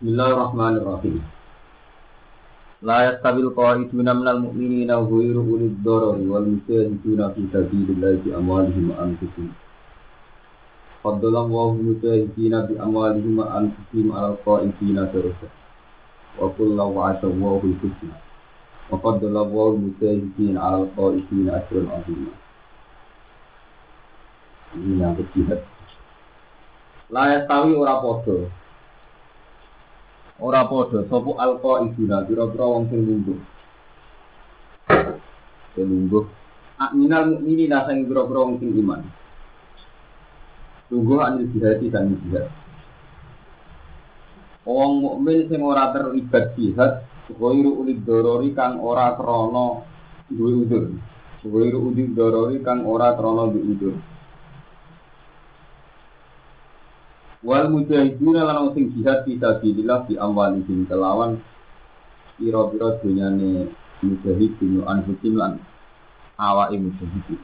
Bismillahirrahmanirrahim. La yastawil qa'iduna minal mu'minina ghairu ulil dharari wal mujahiduna fi sabilillahi bi amwalihim wa anfusihim. Faddalallahu mujahidina bi amwalihim wa anfusihim 'alal qa'idina daraja. Wa kullu wa'adallahi husna. Wa faddalallahu mujahidina 'alal qa'idina ajran 'azima. Ini yang ketiga. La yastawi ora padha. Ora padha sapa alqaiduna pira-pira wong sing lungguh. Lungguh. Minal mukminina sing pira-pira wong sing iman. Lungguh anil jihad dan jihad. Wong mukmin sing ora terlibat jihad, ghairu ulid dorori kang ora krana duwe udzur. Ghairu ulid dorori kang ora krana duwe udzur. Wal mujahidina lan sing jihad fisabilillah bi amwalihim kelawan pira-pira dunyane mujahidin anfusim lan awake mujahidin.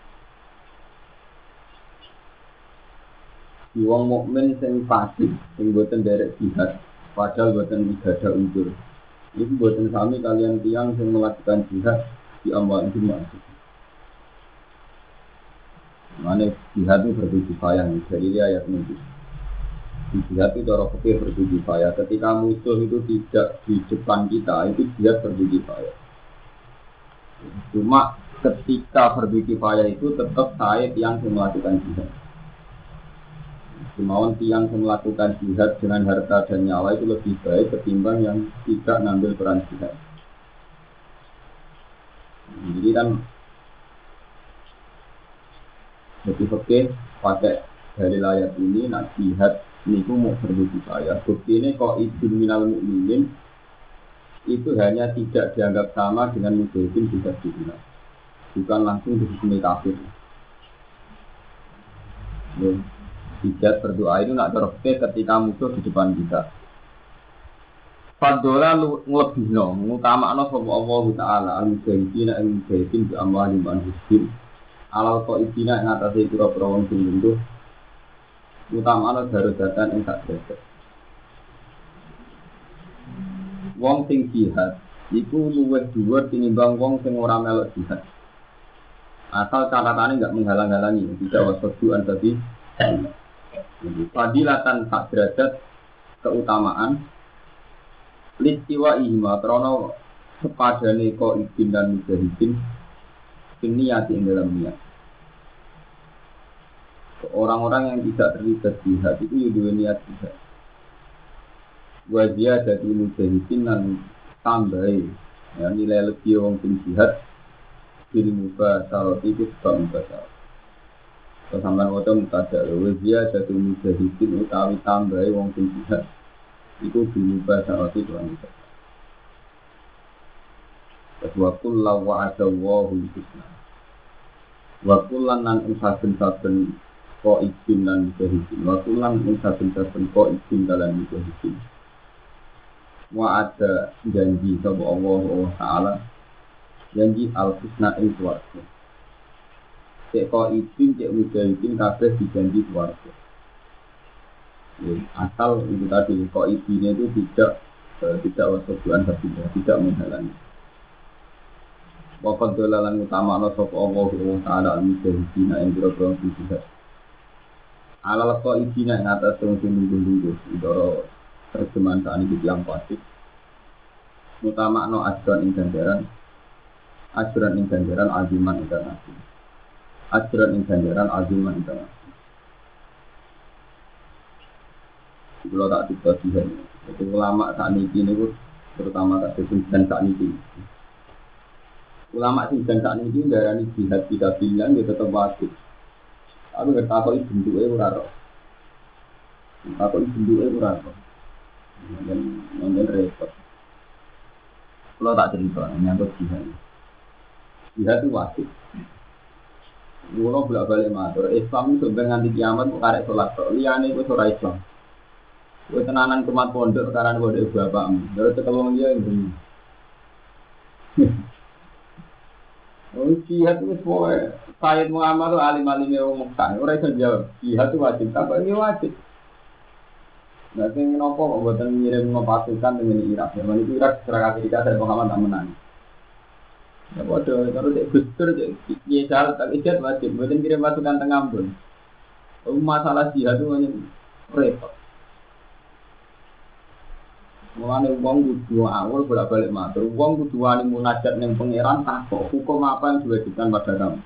Wong mukmin sing fasik sing boten derek jihad padahal boten ibadah unsur. Iku boten sami kalian tiyang sing melakukan jihad di amwalihim anfusim. Mane jihad itu bertujuan kifayah dari ayat ini. Jihad itu cara fikih fardu kifayah. Ketika musuh itu tidak di depan kita, itu jihad fardu kifayah. Cuma ketika fardu kifayah itu tetap saya yang melakukan jihad. Kemauan tiang melakukan jihad dengan harta dan nyawa itu lebih baik ketimbang yang tidak ngambil peran jihad. Jadi kan lebih fikih pakai dari ayat ini nak jihad niku mau berbudi saya. Bukti ini kok idul minal mukminin itu hanya tidak dianggap sama dengan mujahidin bisa dibilang. Bukan langsung dihukumi kafir. Jihad berdoa itu nak terobek ketika musuh di depan kita. Fadola ngelebihno, ngutamakno sapa Allah Ta'ala al-mujahidina al-mujahidin bi amwalihim anfusihim. Alal qaidina ing atase pira-pira wong sing lungguh utamane darajatan ing sak derajat. Wong sing jihad iku luwih dhuwur tinimbang wong sing ora melok jihad. Asal catatannya enggak menghalang-halangi, tidak wasaduan tadi. Fadilatan sak derajat keutamaan listiwa ihma krana sepadane qaidin dan mujahidin niat ing dalam niat. Orang-orang yang tidak terlibat jihad itu juga niat jihad. Wajah dari mujahidin dan tambahi ya, nilai lebih orang sing jihad bil mubasharah itu sebab mubasharah. Sampeyan waca mutaja wajah dari mujahidin utawi tambahi orang sing jihad itu bil mubasharah itu orang itu. Wa kullu wa'adallahi husna. Wa kullan nan saben-saben ko izin dan mujahidin wa kulang saben-saben ko izin dalam mujahidin wa ada janji sapa Allah Ta'ala janji al-husna ing swarga cek ko izin cek mujahidin kabeh dijanji swarga asal itu tadi ko izinnya itu tidak wasabuan tidak menghalangi wa qad dalalan utama sapa Allah Ta'ala al-mujahidin ing biro-biro jihad alal qaidina ing atas wong sing lungguh-lungguh ndoro terjemahan saat ini yang pasti utamakno ajran ing ganjaran aziman internasional ajran ing ganjaran aziman internasional kalau tak dibagi itu ulama saat ini terutama tak dan saat ini ulama sing saat ini darani jihad tidak bilang dia tetap wajib. Aku nggak tahu itu bentuknya berapa. Tahu itu bentuknya berapa. Dan repot. Kalau tak cerita, nyangkut jihad. Jihad itu wajib. Kalau bolak balik matur, Islam itu sebenarnya nanti kiamat mau karek sholat. Liane itu surah Islam. Kau tenanan kemat pondok karena kau ada bapakmu. Dari ketemu dia yang jihad itu semua Sayyid Muhammad itu alim-alimnya Mekah. Orang itu jawab jihad itu wajib. Apa ini wajib? Nah, sing nopo kok mboten ngirim pasukan dengan Irak. Ya, itu Irak secara Amerika saya Muhammad tak menang. Ya bodoh, kalau cek Gustur cek ya salah tak ijat wajib, mboten kirim pasukan tengah pun. Masalah jihad itu hanya repot. Mulane wong kudu awal bolak-balik matur. Wong kudu wani munajat ning pangeran takok hukum apa yang diwajibkan pada kamu.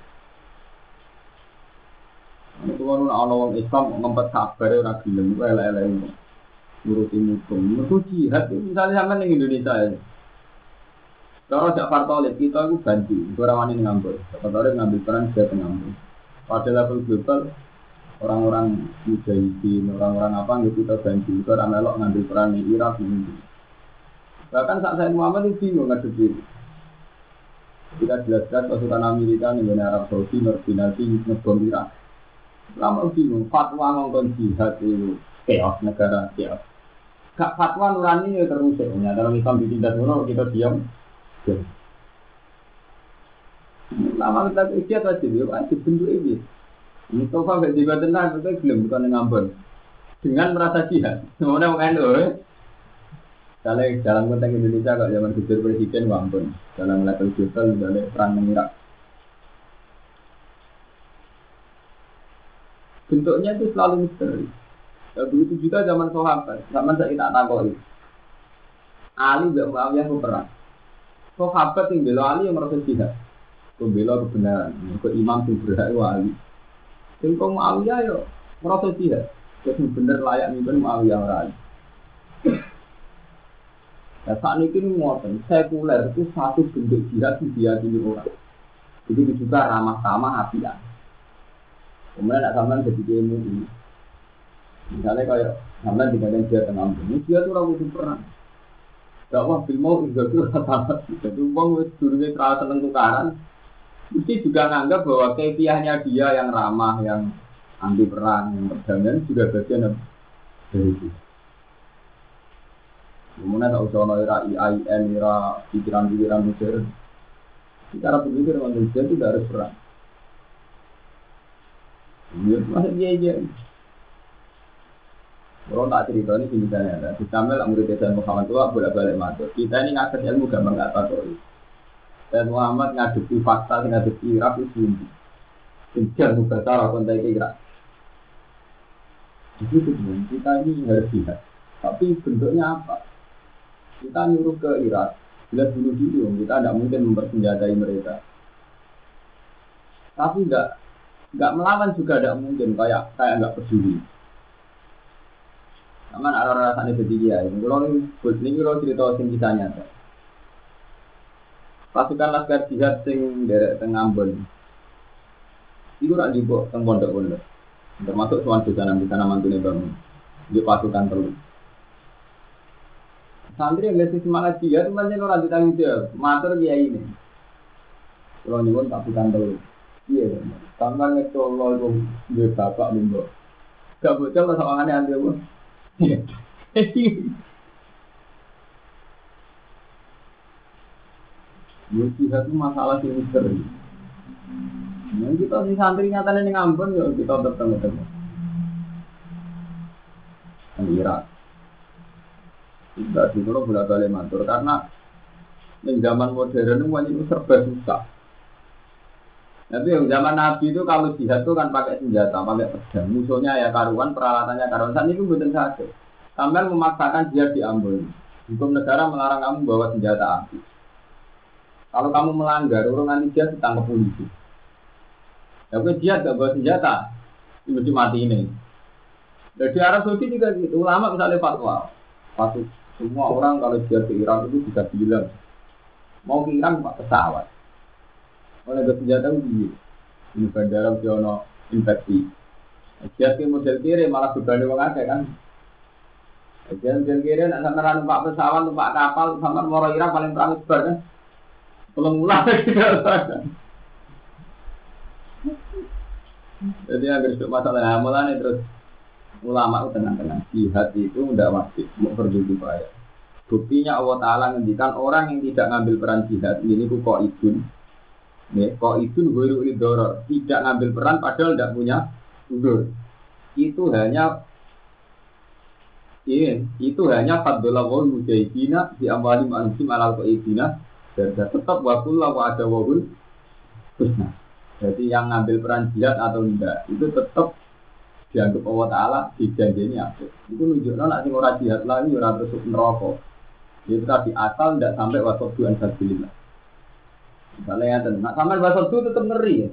Itu kan ana wong Islam ngempet sabar ora gelem kok elek-elek ngurusi hukum. Mergo jihad itu misalnya sampean ning Indonesia ya. Kalau jak partolit kita itu ganti, orang wani ngambil. Partolit ngambil peran dia ngambil. Pada level global orang-orang mujahidin, orang-orang apa yang kita ganti. Orang melok ngambil peran di Irak ini. Bahkan saat saya Muhammad itu bingung ngadepi. Kita jelas-jelas pasukan Amerika nih dari Arab Saudi nordinasi ngebom Irak. Lama bingung fatwa ngomong jihad itu chaos negara chaos. Gak fatwa nurani ya terus ya. Dalam Islam ditindak dulu kita diam. Lama kita ikhtiar aja dia wajib bentuk ini. Mustafa gak juga tenang, kita belum bukan ngambon. Dengan merasa jihad, semuanya mengenai loh. Kalau dalam konteks Indonesia kalau zaman Gus Dur presiden ngambon, dalam level global dalam perang mengirak. Bentuknya itu selalu misteri. Begitu juga zaman sahabat, zaman saya tak tahu. Ali dan Muawiyah berperang. Sahabat yang bela Ali yang merasa jihad, membela kebenaran, ke imam yang berhak wali. Yang kau Muawiyah yo merasa jihad, jadi benar layak mimpin Muawiyah orang. Nah, saat ini ngoten, sekuler itu satu bentuk jihad yang diyakini orang. Begitu juga ramah tamah hatian. Kemudian nak sampean jadi ilmu. Misalnya kayak sampean dibanding dia tengah ini dia tuh ragu perang. Dakwah filmo juga tuh rata-rata. Jadi uang wis durunge terasa seneng tukaran. Mesti juga nganggap bahwa kepiahnya dia yang ramah, yang anti perang, yang perdamaian sudah bagian dari itu. Kemudian tak usah era IAIN, era pikiran-pikiran modern. Secara berpikir manusia itu tidak harus perang. Masih dia. Kalau tak cerita ini misalnya ada, ditambah murid Tuhan Muhammad tua bolak-balik matur. Kita ini ngakses ilmu gampang nggak tahu. Dan Muhammad ngadepi fakta, ngadepi Irak itu sendiri. Sejak mubasarah konteks Irak. Jadi kita ini harus lihat. Tapi bentuknya apa? Kita nyuruh ke Irak, jelas dulu kita tidak mungkin mempersenjatai mereka. Tapi nggak melawan juga tidak mungkin, kayak nggak peduli. Aman arah-arah sana jadi ya. Kalau ini kalau cerita sing kita nyata. Pasukan laskar jihad sing derek tengah Ambon. Iku rak dibawa teng pondok-pondok. Termasuk soal di sana mantune bangun. Di pasukan terus. Santri yang ngasih semangat jihad itu banyak orang ditanggung jawab. Matur kiai ini. Kalau nyuwun pasukan terus. Iya, tambah ngetolol itu dia bapak limbo. Gak bocor lah soalnya aneh bu. Jihad itu masalah yang misteri. Yang kita si santri nyatanya ini ngambon ya kita bertemu-temu. Yang Irak. Tidak dulu bolak-balik matur karena di zaman modern itu serba susah. Tapi yang zaman Nabi itu kalau jihad itu kan pakai senjata, pakai pedang. Musuhnya ya karuan, peralatannya karuan. Saat itu betul saja. Sampai memaksakan jihad di Ambon. Hukum negara melarang kamu bawa senjata api. Kalau kamu melanggar, orang nanti jihad ditangkap polisi. Ya jihad gak bawa senjata, mesti mati ini. Jadi Arab Saudi juga gitu. Ulama misalnya fatwa. Semua orang kalau jihad ke Irak itu bisa bilang mau ke Irak pakai pesawat. Oleh bersenjata uji, ini bandara Siono infeksi. Jadi model kiri malah berbanding orang ada kan. Jadi model kiri nak sampai numpak pesawat, numpak kapal, sampai mau Irak paling perang sebar kan. Belum mulai kita kan. Jadi agar itu masalah amalan terus ulama itu tenang-tenang. Jihad itu tidak wajib, mau berdua bayar. Buktinya Allah Taala ngendikan orang yang tidak ngambil peran jihad ini kok idun. Kok itu guru idoror tidak ngambil peran padahal tidak punya udur. Itu hanya Iya, itu hanya fadlullah wal mujahidina di amwali ma'ansim alal qaidina dan tetap wakul wa ada wahul husna. Jadi yang ngambil peran jihad atau enggak itu tetap dianggap Allah Taala dijanjeni apa? Itu nunjukno nek sing ora jihad lagi ora terus neraka. Itu tadi asal tidak sampai wasabdu an sabilillah. Misalnya ya, nak sampai wasabdu tetap ngeri ya.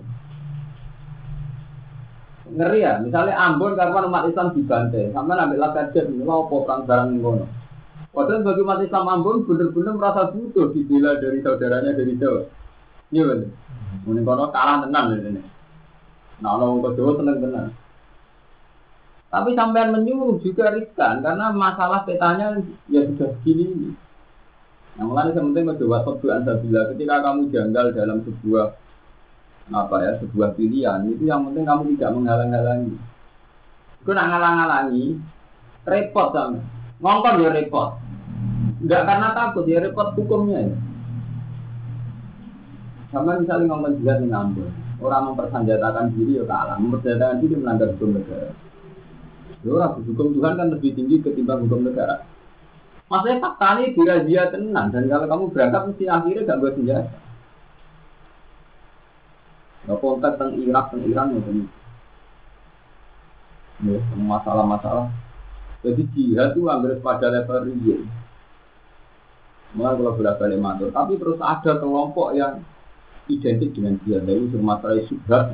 Ngeri ya, misalnya Ambon karena umat Islam dibantai, sampai ambil laga jet, apa perang barang ngono. Padahal bagi umat Islam Ambon benar-benar merasa butuh dibela dari saudaranya dari Jawa. Iya betul. Mungkin kono kalah tenan ini. Nah, orang Jawa tenang tenan. Tapi sampean menyuruh juga riskan karena masalah petanya ya sudah begini ini. Yang mulai sementing mencoba keduaan sabila ketika kamu janggal dalam sebuah sebuah pilihan itu yang penting kamu tidak menghalang-halangi. Kau nak ngalang-halangi repot sama, ngongkon ya repot. Enggak karena takut ya repot hukumnya ya. Sama misalnya ngomong jihad di Ambon, orang mempersenjatakan diri ya kalah, mempersenjatakan diri melanggar hukum negara. Orang hukum Tuhan kan lebih tinggi ketimbang hukum negara. Maksudnya fakta ini dirazia tenang dan kalau kamu berangkat mesti akhirnya gak buat senjata. Gak kontak tentang Irak, tentang Iran ya, masalah-masalah. Jadi jihad itu hampir pada level real. Mulai kalau bolak-balik matur, tapi terus ada kelompok yang identik dengan jihad. Itu masalah subhat,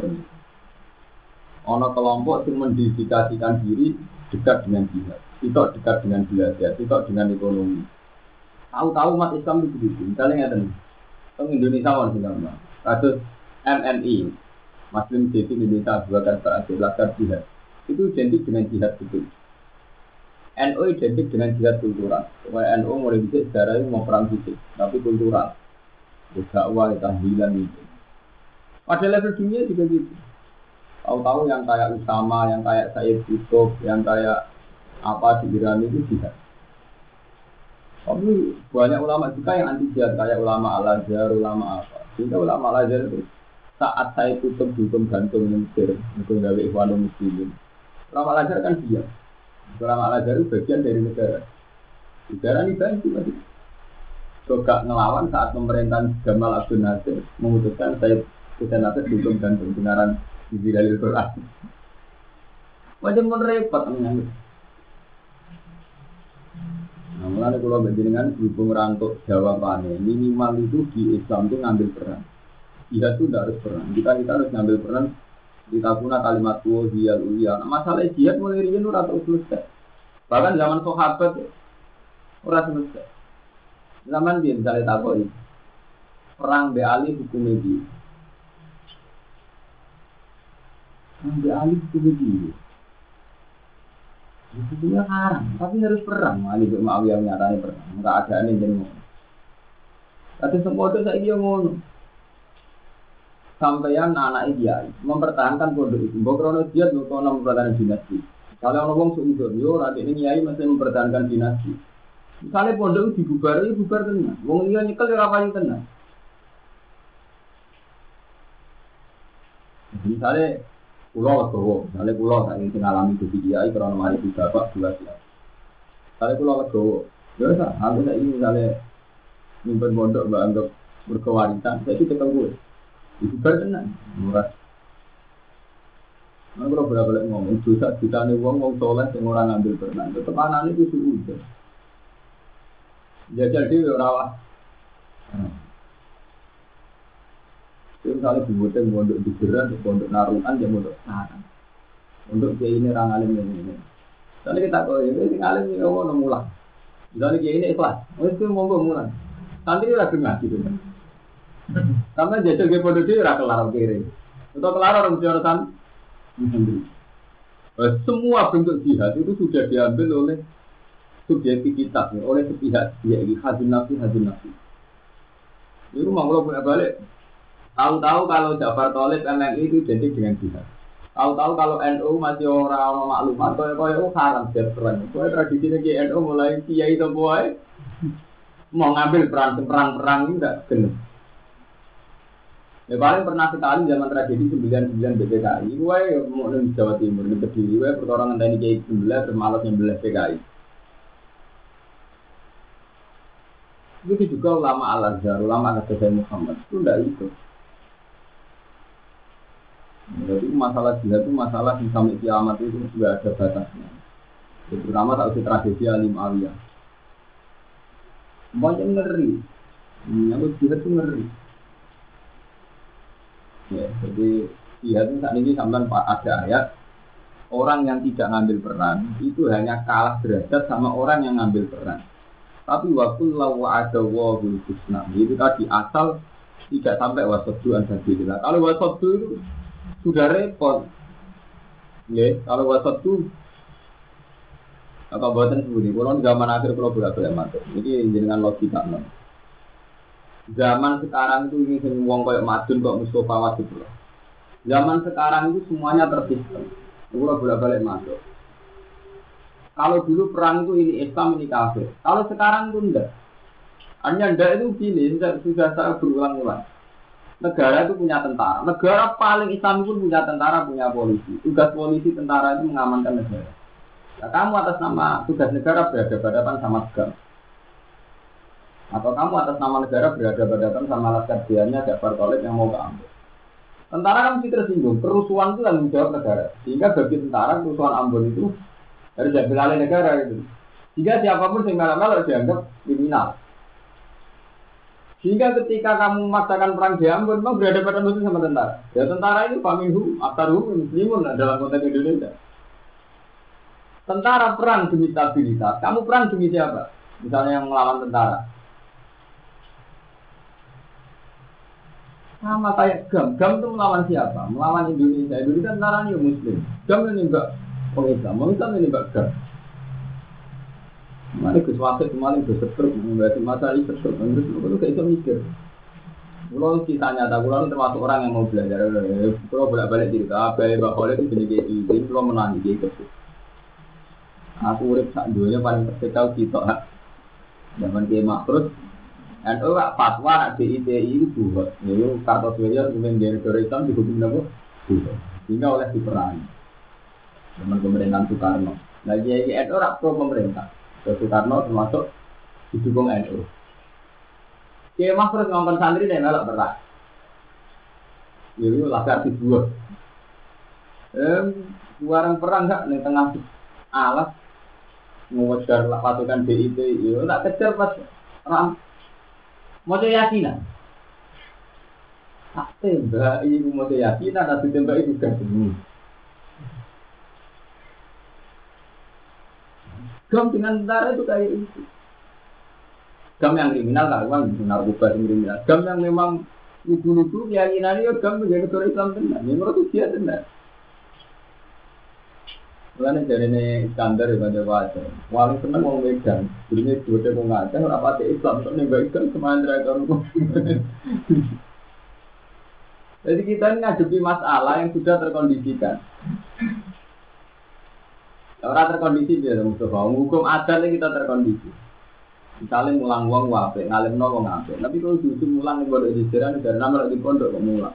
ono kelompok yang mendedikasikan diri dekat dengan jihad, tidak dekat dengan belajar, tidak dengan ekonomi. Tahu-tahu umat Islam itu begitu. Misalnya yang tentang Indonesia orang Singapura, kasus MNI, Muslim Jihad Indonesia bukan Laskar Jihad, itu identik dengan jihad betul. NU identik dengan jihad kultural. Supaya NU mulai bisa sejarah ini mau perang fisik, tapi kultural. Dakwah, tahlilan itu. Pada level dunia juga gitu. Tahu-tahu yang kayak Usama, yang kayak Said Qutb, yang kayak apa di Iran itu jihad. Tapi banyak ulama juga yang anti jihad, kayak ulama Al-Azhar, ulama apa. Sehingga ulama Al-Azhar itu saat Said Qutb dihukum gantung di Mesir, itu gawe Ikhwanul Muslimin. Ulama Al-Azhar kan diam. Ulama Al-Azhar itu bagian dari negara. Negara ini bantu masih. Juga ngelawan saat pemerintahan Gamal Abdul Nasir memutuskan Said Hussein Nasir dihukum gantung benaran di dalil Quran. Macam pun repot menyambut. Nah, mulai kalau berjenengan berhubung rantuk jawabannya minimal itu di Islam itu ngambil peran. Jihad itu tidak harus perang. Kita harus ngambil peran. Kita guna kalimat wahiyal ulia. Nah, masalah jihad mulai riyen ora tau selesai. Bahkan zaman sahabat ora selesai. Zaman dia misalnya takoi perang be Ali hukum iki. Perang be Ali hukum iki. Hukumnya haram, tapi harus perang. Ali bin Muawiyah nyatanya perang. Enggak ada ane jeneng. Tapi semua itu saya ngono. Sampaian anak dia mempertahankan pondok itu. Bokrono dia untuk mempertahankan dinasti. Kalau orang seujur, yo nanti ini kiai masih mempertahankan dinasti. Misalnya pondok itu dibubar, itu bubar tenang. Wong dia nyekel ya apa yang tenang. Misalnya pulau saya ingin mengalami itu kiai karena mari tiga pak dua siap. Misalnya pulau legowo, biasa. Aku saya ingin misalnya nyimpen pondok untuk berkewarisan, saya itu ketemu. Itu berkenan, murah. Nah, kalau bolak-balik ngomong, dosa ditanya wong soleh yang orang ngambil berenang, tetap anak itu sudah. Jajal dia rawat. Itu misalnya dibuatkan untuk digerak, untuk naruhan, dia untuk sarang. Untuk dia ini orang alim ini. Misalnya kita tahu, ini alim ini orang mulai. Misalnya dia ini ikhlas, itu monggo mulai. Santri lagi ngaji gitu. Karena jajal ke pondok dia ora kelar kiri. Untuk kelar orang jorotan sendiri. Semua bentuk jihad itu sudah diambil oleh subjektivitas, oleh sepihak dia ini hadun nafsi. Itu mau bolak balik. Tahu-tahu kalau Ja'far Thalib MNI itu identik dengan jihad. Tahu-tahu kalau NU masih orang maklumat, kalau haram jihad perang. Soalnya tradisinya NU mulai kiai semua mau ngambil perang itu enggak benar. Ya paling pernah sekali zaman tragedi 99 BPKI, gue mau di Jawa Timur, di Kediri, gue perkara ngenteni kayak 19 termalas 19 PKI. Itu juga ulama Al-Azhar, ulama Al-Azhar Muhammad, itu tidak ikut. Jadi masalah jihad itu masalah yang sampai kiamat itu juga ada batasnya. Terutama saat itu tragedi Alim Aliyah. Banyak ngeri, aku jihad itu ngeri. Ya, jadi jihad itu saat ini sampai ada ayat orang yang tidak ngambil peran itu hanya kalah derajat sama orang yang ngambil peran. Tapi waktu lawa ada wahul husna itu tadi asal tidak sampai wasabdu ansabilillah. Kalau wasabdu itu sudah repot. Ya, kalau wasabdu apa buatan sebudi. Kalau zaman akhir kalau bolak-balik masuk. Ini dengan logika non. Zaman sekarang itu ini wong kayak Madun kok Mustafa wajib loh. Zaman sekarang itu semuanya tersistem. Kalau bolak-balik masuk. Kalau dulu perang itu ini Islam ini kafir. Kalau sekarang itu enggak. Hanya enggak itu gini, sudah saya berulang-ulang. Negara itu punya tentara. Negara paling Islam pun punya tentara, punya polisi. Tugas polisi tentara itu mengamankan negara. Nah, kamu atas nama tugas negara berhadapan sama segala. Atau kamu atas nama negara berhadapan sama laskar jianya Jafar Thalib yang mau keambil. Tentara kan mesti tersinggung, kerusuhan itu tanggung jawab negara. Sehingga bagi tentara kerusuhan Ambon itu harus diambil alih negara gitu. Sehingga siapapun yang melak-melak dianggap kriminal. Sehingga ketika kamu memaksakan perang di Ambon, memang berhadapan itu sama tentara. Ya tentara ini paminhu, aktaruhu, muslimun dalam konteks Indonesia. Tentara perang demi stabilitas, kamu perang demi siapa? Misalnya yang melawan tentara. Sama kayak GAM itu melawan siapa? Melawan Indonesia. Indonesia tentara ini Muslim. GAM ini enggak orang Islam ini enggak GAM. Mari Gus Wasit kemarin Gus Setruk membahas masalah itu terus itu kayak itu mikir. Kalau kisahnya tak kalau termasuk orang yang mau belajar. Kalau bolak-balik cerita, Abah Bakholeh itu jenis itu. Jadi kalau menangi gitu. Aku urip sak dunia paling terkenal kita. Zaman kiamat terus. Dan orang fatwa DITI itu buat, jadi Kartosuwiryo kemudian negara Islam dihukum apa? Buat, sehingga oleh diperangi. Zaman pemerintahan Soekarno. Nah jadi orang pro pemerintah, Soekarno termasuk didukung NU. Kiai Mas terus ngomong santri dan melak berat. Jadi laskar dibuat. Warang perang nggak di tengah alas mengejar pasukan DITI, itu tak kejar pas ram. Mau yakinan, tak tembak ibu mau yakinan, tapi tembak itu kan semua. Gam dengan tentara itu kayak itu. Gam yang kriminal tak uang, narkoba yang kriminal. Gam yang memang lugu-lugu keyakinan itu gam menjadi negara Islam benar. Ini menurut dia benar. Mulanya dari ini Iskandar ya pada wajah. Walau senang mau Medan, dulunya dua mau ngajak rapati Islam, untuk nembakkan semuanya mereka. Jadi kita ini ngadepi masalah yang sudah terkondisikan. Orang terkondisi dia Mustafa. Hukum adat kita terkondisi. Misalnya mulang uang wape, ngalim no ngape. Tapi kalau justru mulang yang bodoh di jalan negara nama di pondok kok mulang.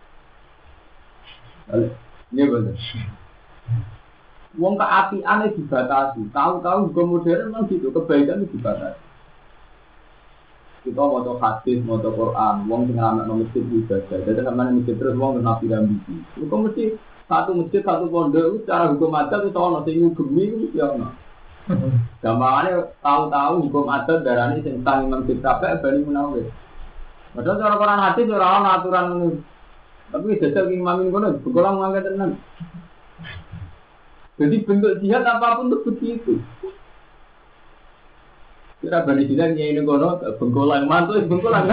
Ini betul. Wong keapian itu dibatasi. Tahu-tahu juga modern memang gitu, kebaikan itu dibatasi. Kita mau hadis, mau Quran, wong sing ngalamin nang masjid ibadah. Jadi sama nang masjid terus wong nabi ambisi. Kok mesti satu masjid satu pondok secara hukum adat itu ono sing ngugemi itu ya ono. Gampangane tahu-tahu hukum adat darani sing tang Imam Syafi'i bali Munawwir. Padahal cara Quran hadis ora ono aturan ngono. Tapi jajal Imam ngono, begolang mangke tenan. Jadi bentuk jihad apapun itu begitu. Kira bani bilang ya ini kono bengkolan mantu bengkolan.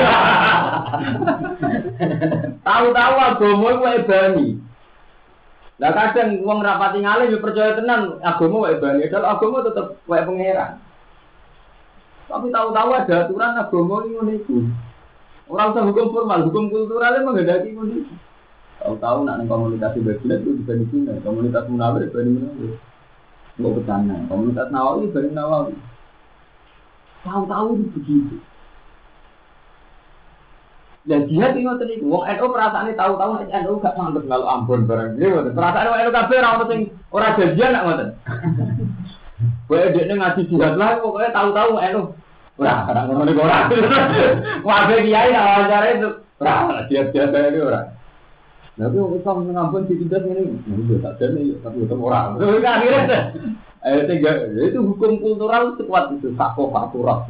Tahu-tahu agama wae bani. Lah kadang wong rapati ngalim yo percaya tenan agama wae bani, padahal agama tetep wae pangeran. Tapi tahu-tahu ada aturan agama iki ngene iku. Ora usah hukum formal, hukum kultural menghendaki ngono iki. Tahu-tahu nak ning komunitas Babilat itu dibanding Cina, komunitas Munawwir dibanding Munawwir. Enggak bercanda, komunitas Nawawi dibanding Nawawi. Tahu-tahu itu begitu. Dan dia tinggal tadi, wong NU perasaannya tahu-tahu NU gak manut kalau Ambon barang dia, perasaan wong NU kabeh ora ono sing ora janjian nak ngoten. Kowe dekne ngaji jihad lah, pokoknya tahu-tahu NU. Ora ngono niku ora. Wae kiai nak wawancara itu ora jihad-jihad itu ora. Tapi wong Islam ngampun ditindas ngene, yo tak jane tapi tetep ora. Akhirnya itu hukum kultural sekuat itu, sako faktural.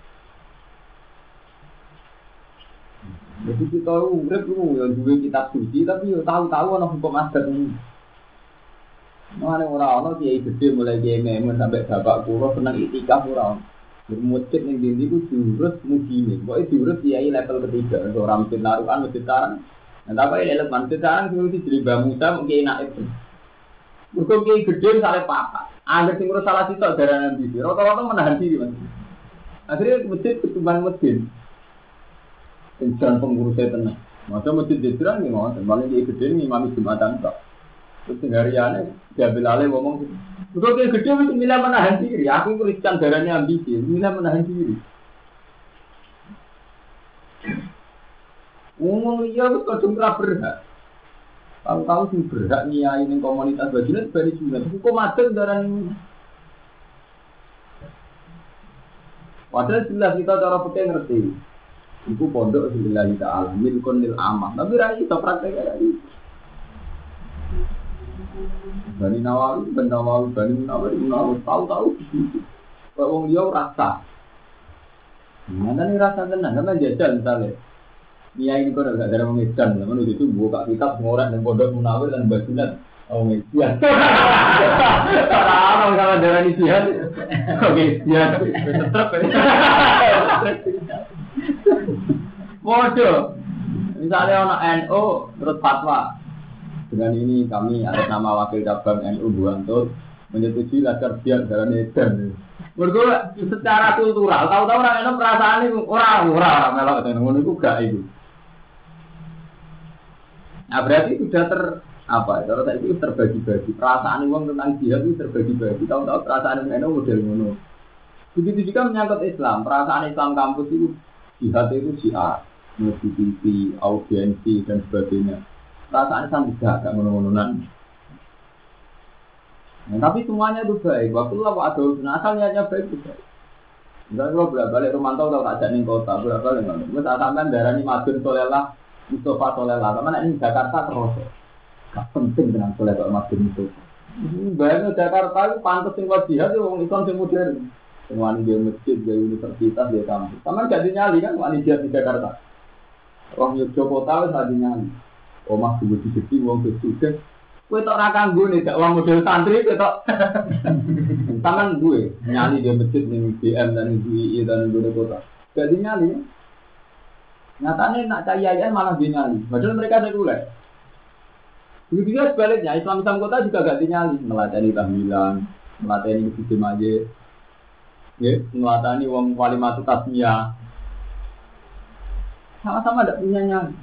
Jadi kita urip lu yang juga kitab suci tapi yo tahu-tahu ana hukum adat ini. Mane ora ana kiai gede mulai kiai memun sampai bapak kula seneng iktikaf ora. Masjid ning ndi ku diurus mudine. Pokoke diurus kiai level ketiga, ora mesti narukan masjid sarang. Nah, tapi lelek masjid sarang sing dijeli Mbah Musa mung kiai naib. Mergo kiai gede sare papa. Angger sing ngurus salah sitok darane ndi. Rata-rata menahan diri, Mas. Akhirnya masjid ketumban masjid. Insan pengurusnya tenang. Masa masjid diserang nih mau, paling dia gede nih imam jumatan tak. Terus hariannya diambil alih ngomong. Kalau dia gede mesti milih menahan diri. Aku Kristen darahnya ambisi, milih menahan diri. Ngomong iya, kadang kerap berhak. Tahu-tahu sih berhak niai nih komunitas bajunya dari sunat. Tapi kok macet darah ini? Padahal jelas kita cara pakai ngerti. Iku pondok billahi ta'ala milkun lil amah. Tapi ra iso praktek kaya iki. Bani Nawawi, Bani Nawawi tahu-tahu gitu. Kok wong liya rasa. Mana rasa tenan, sampeyan jajal misale. Dia ini kok enggak ada mengedan, lalu itu buka kitab ngorek dan pondok Munawir dan Bajunat. Oh iya. Orang kalau darah ini jihad. Oke, jihad. Tetap. Bodoh. Misalnya orang NU terus fatwa. Dengan ini kami atas nama wakil cabang NU Buantul menyetujui laskar jihad darah edan. Mergo secara kultural, tahu-tahu orang NU perasaan itu orang melok ngono iku gak itu. Nah berarti sudah kalau saya itu terbagi-bagi perasaan uang tentang jihad itu terbagi-bagi. Tahu-tahu perasaan NU model ngono. Begitu juga menyangkut Islam, perasaan Islam kampus itu jihad itu syiar, musik TV, audiensi dan sebagainya. Perasaan Islam tidak agak ngono-ngononan. Nah, tapi semuanya itu baik. Waktu itu ada urusan asalnya baik juga. Misalnya kalau bolak-balik Romanto kalau tak jadi kota, bolak-balik ngono. Wis sampean darani Madun Solelah, Mustafa Solelah, karena ini Jakarta terus. Gak penting dengan soleh kok Madun itu. Bayangno Jakarta itu pantes sing jihad itu wong Islam sing modern. Semua di masjid, di universitas, di kampus. Sama gak dinyali kan wani jihad di Jakarta. Wong Yogyakarta wis adi nyali. Omah gede-gede wong sugih. Kowe tok ra kanggo nek gak wong model santri kowe tok. Taman gue nyali di masjid ning BM dan UI dan di kota. Gak dinyali. Nyatane nak cayayan malah dinyali. Padahal mereka sekuler. Begitu juga sebaliknya, Islam kota juga gak dinyali. Melatih tahlilan, melatih masjid majid. Ya, melatih wong walimatu tasmiyah. Sama-sama tidak punya nyali.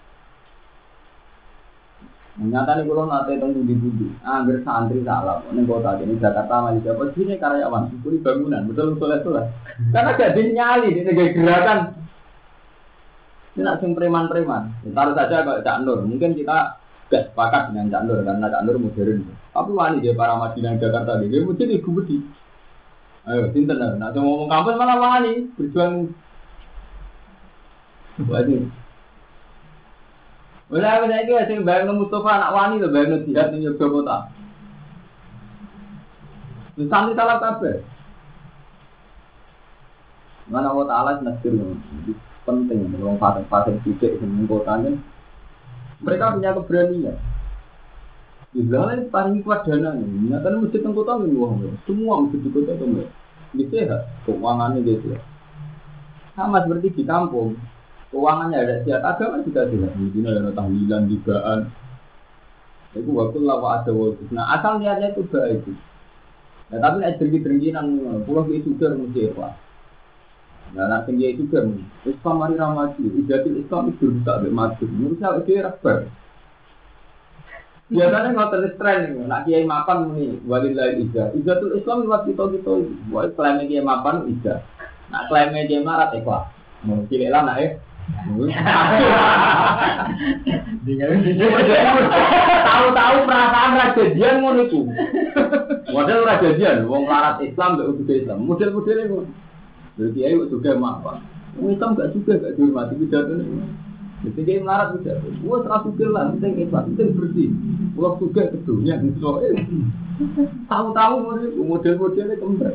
Nyata nih kalau nanti tunggu di hampir santri salah. Nih kota ini Jakarta masih dapat sini karyawan, kuri bangunan, betul. Karena gak dinyali, ini gak gerakan. Ini langsung preman-preman. Taruh saja kalau Cak Nur, mungkin kita gak sepakat dengan Cak Nur karena Cak Nur modern. Tapi wani dia para Madinah Jakarta dia mungkin ibu budi. Ayo, sinten lah. Nah, ngomong kampus malah wani berjuang. Wajib. Wala ana iki sing bayang Mustafa anak wani lho bayang jihad ning Yogyakarta. Wis santri salah kabeh. Mana wa ta'ala nasir penting wong fase titik sing kotane. Mereka punya keberanian. Dilawan paling kuat dana ini. Nyatane masjid teng kota nggih wong. Semua masjid di kota itu bisa keuangannya gitu. Sama seperti di kampung. Keuangannya ada siap agama juga tidak. Mungkin ada tahlilan, digaan. Itu waktu lawa ada waktu. Nah asal niatnya itu baik. Nah tapi ada dengki-dengkinan. Pulau itu sudah mesti apa? Nah nak tinggi itu kan. Islam mari ramadi. Ibadah Islam itu bisa bermaju. Menurut saya itu rabar. Biasanya ngotot tren. Nak kiai mapan ni walillahi ijazah. Ijazatul Islam lewat kita. Buat klaimnya kiai mapan ijazah. Nak klaimnya kiai marat ikhlas. Mungkin lah nak Tahu-tahu perasaan rajadian ngono iku. Model rajadian wong larat Islam mbek udah Islam. Model-modele ngono. Berarti ayo juga apa? Wong Islam gak dihormati pidatone. Jadi dia melarat juga. Wah terlalu jelas, penting Islam, penting bersih. Wah juga kedunya gitu. Tahu-tahu model-modelnya kembar.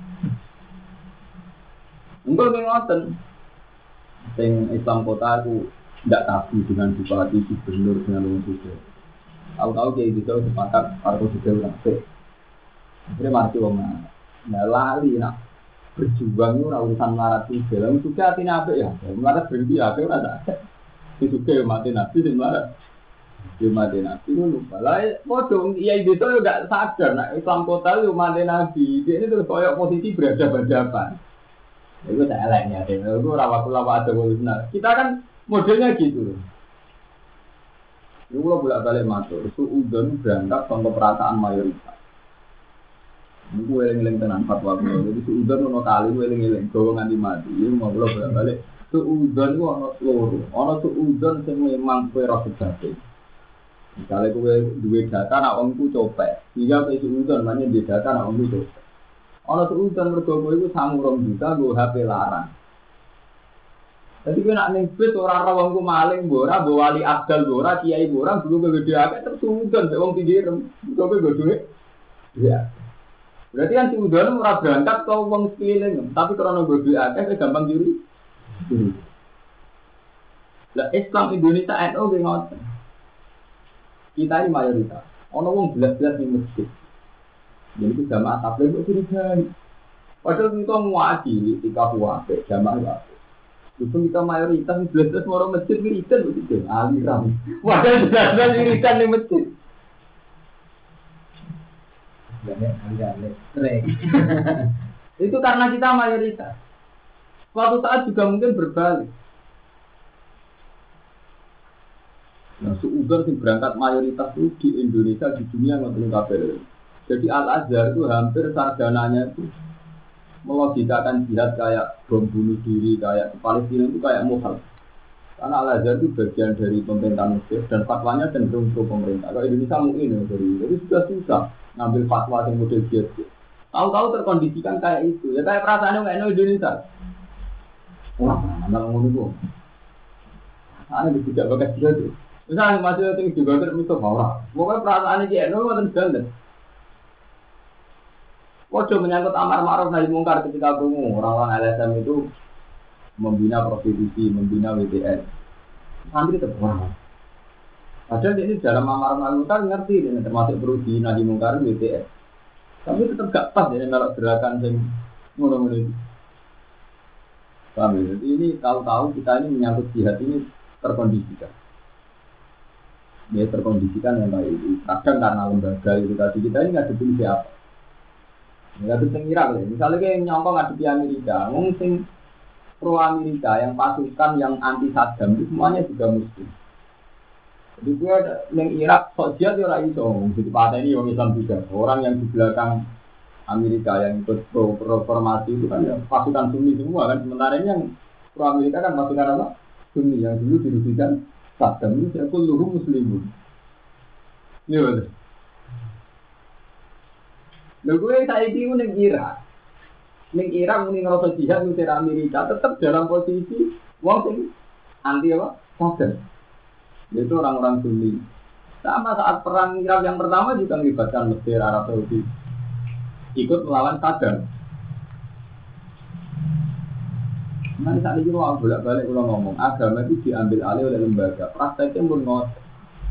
Enggak ngoten. Sing Islam kota aku tidak tabu dengan bupati, gubernur dengan orang juga. Tahu-tahu kayak gitu sepakat para juga orang sih. Akhirnya mati orang nggak lali nak berjuang itu urusan melarat juga. Lalu juga hatinya apa ya? Melarat berhenti apa udah ada. Itu juga mati nabi sih melarat. Dia mati nabi itu lupa lah. Bodoh, iya itu udah sadar. Nah Islam kota itu mati nabi. Dia ini terus koyok posisi berhadapan-hadapan. Itu saya lainnya, itu rawat-rawat ada benar. Kita kan modelnya gitu loh. Ini kalau bolak-balik matur, suudon berangkat contoh perasaan mayoritas. Ini gue eling-eling tenan fatwa gue. Jadi suudon ono kali gue eling-eling, gue nganti mati. Ini mau bolak-balik. Suudon gue ono seluruh, ono suudon yang memang gue rasa jatuh. Misalnya gue duit data, nak omku copet. Jika gue suudon, makanya di data nak omku copet. Ono suudon mergowo itu sangurung juta, gue HP larang. Jadi gue nak ngebet orang rawangku maling, bora, wali abdal bora, kiai bora, dulu gue gede agak tersuudon, wong pinggirem, gue duit. Ya. Berarti kan suudon murah berangkat ke wong sekeliling, tapi kalau gue duit agak, gampang juri. Lah Islam Indonesia NU gue ngoten. Kita ini mayoritas. Ono wong belas-belas di masjid. Jadi itu jamaah tabligh kok curigai. Padahal kita mewakili ketika puasa jamaah wae. Itu kita mayoritas belas orang masjid wiridan begitu. Aliran. Padahal belas wiridan di masjid. Banyak aliran. Itu karena kita mayoritas. Suatu saat juga mungkin berbalik. Nah, suudon yang berangkat mayoritas itu di Indonesia, di dunia ngoten kabeh. Jadi Al-Azhar itu hampir sarjananya itu melogikakan jihad kayak bom bunuh diri, kayak Palestina itu kayak muhal. Karena Al-Azhar itu bagian dari pemerintahan Mesir dan fatwanya cenderung pro pemerintah. Kalau Indonesia mungkin jadi sudah susah ngambil fatwa yang model jihad. Tahu-tahu terkondisikan kayak itu. Ya kayak perasaannya nggak Indonesia. Wah, anak ngomong ana tidak bakat jihad. Misalnya masih itu juga termisah orang. Pokoknya perasaannya jihad itu nggak terjadi. Waduh menyangkut amar ma'ruf nahi mungkar ketika berumur orang-orang LSM itu membina prostitusi, membina WTN. Santri terbuang. Padahal ini dalam amar ma'ruf mungkar ngerti ini termasuk beruji nahi mungkar WTN. Tapi tetap gak pas ini kalau gerakan yang ngono-ngono itu. Paham ya? Jadi ini tahu-tahu kita ini menyangkut jihad ini terkondisikan. Ya terkondisikan yang baik itu. Kadang karena lembaga edukasi kita ini nggak dipilih siapa. Nggak bisa ngira lah. Misalnya kayak nyongkong ngadepi Amerika, mungkin pro Amerika yang pasukan yang anti Saddam itu semuanya juga muslim. Jadi gue ada yang Irak, Sosial itu orang itu, jadi pada ini orang Islam juga. Orang yang di belakang Amerika yang ikut pro reformasi itu kan ya, pasukan Sunni semua kan. Sementara ini yang pro Amerika kan pasukan apa? Sunni yang dulu dirugikan Saddam itu saya kulluhum muslimun. Iya betul. Lha gue saiki ku ning Irak. Ning Irak muni ngrasa jihad ning Amerika tetap dalam posisi wong sing anti apa? Saddam. Itu orang-orang Sunni. Sama saat perang Irak yang pertama juga melibatkan Mesir, Arab Saudi. Ikut melawan Saddam. Nanti saat ini kalau bolak-balik ulang ngomong, agama itu diambil alih oleh lembaga. Prakteknya pun ngotot.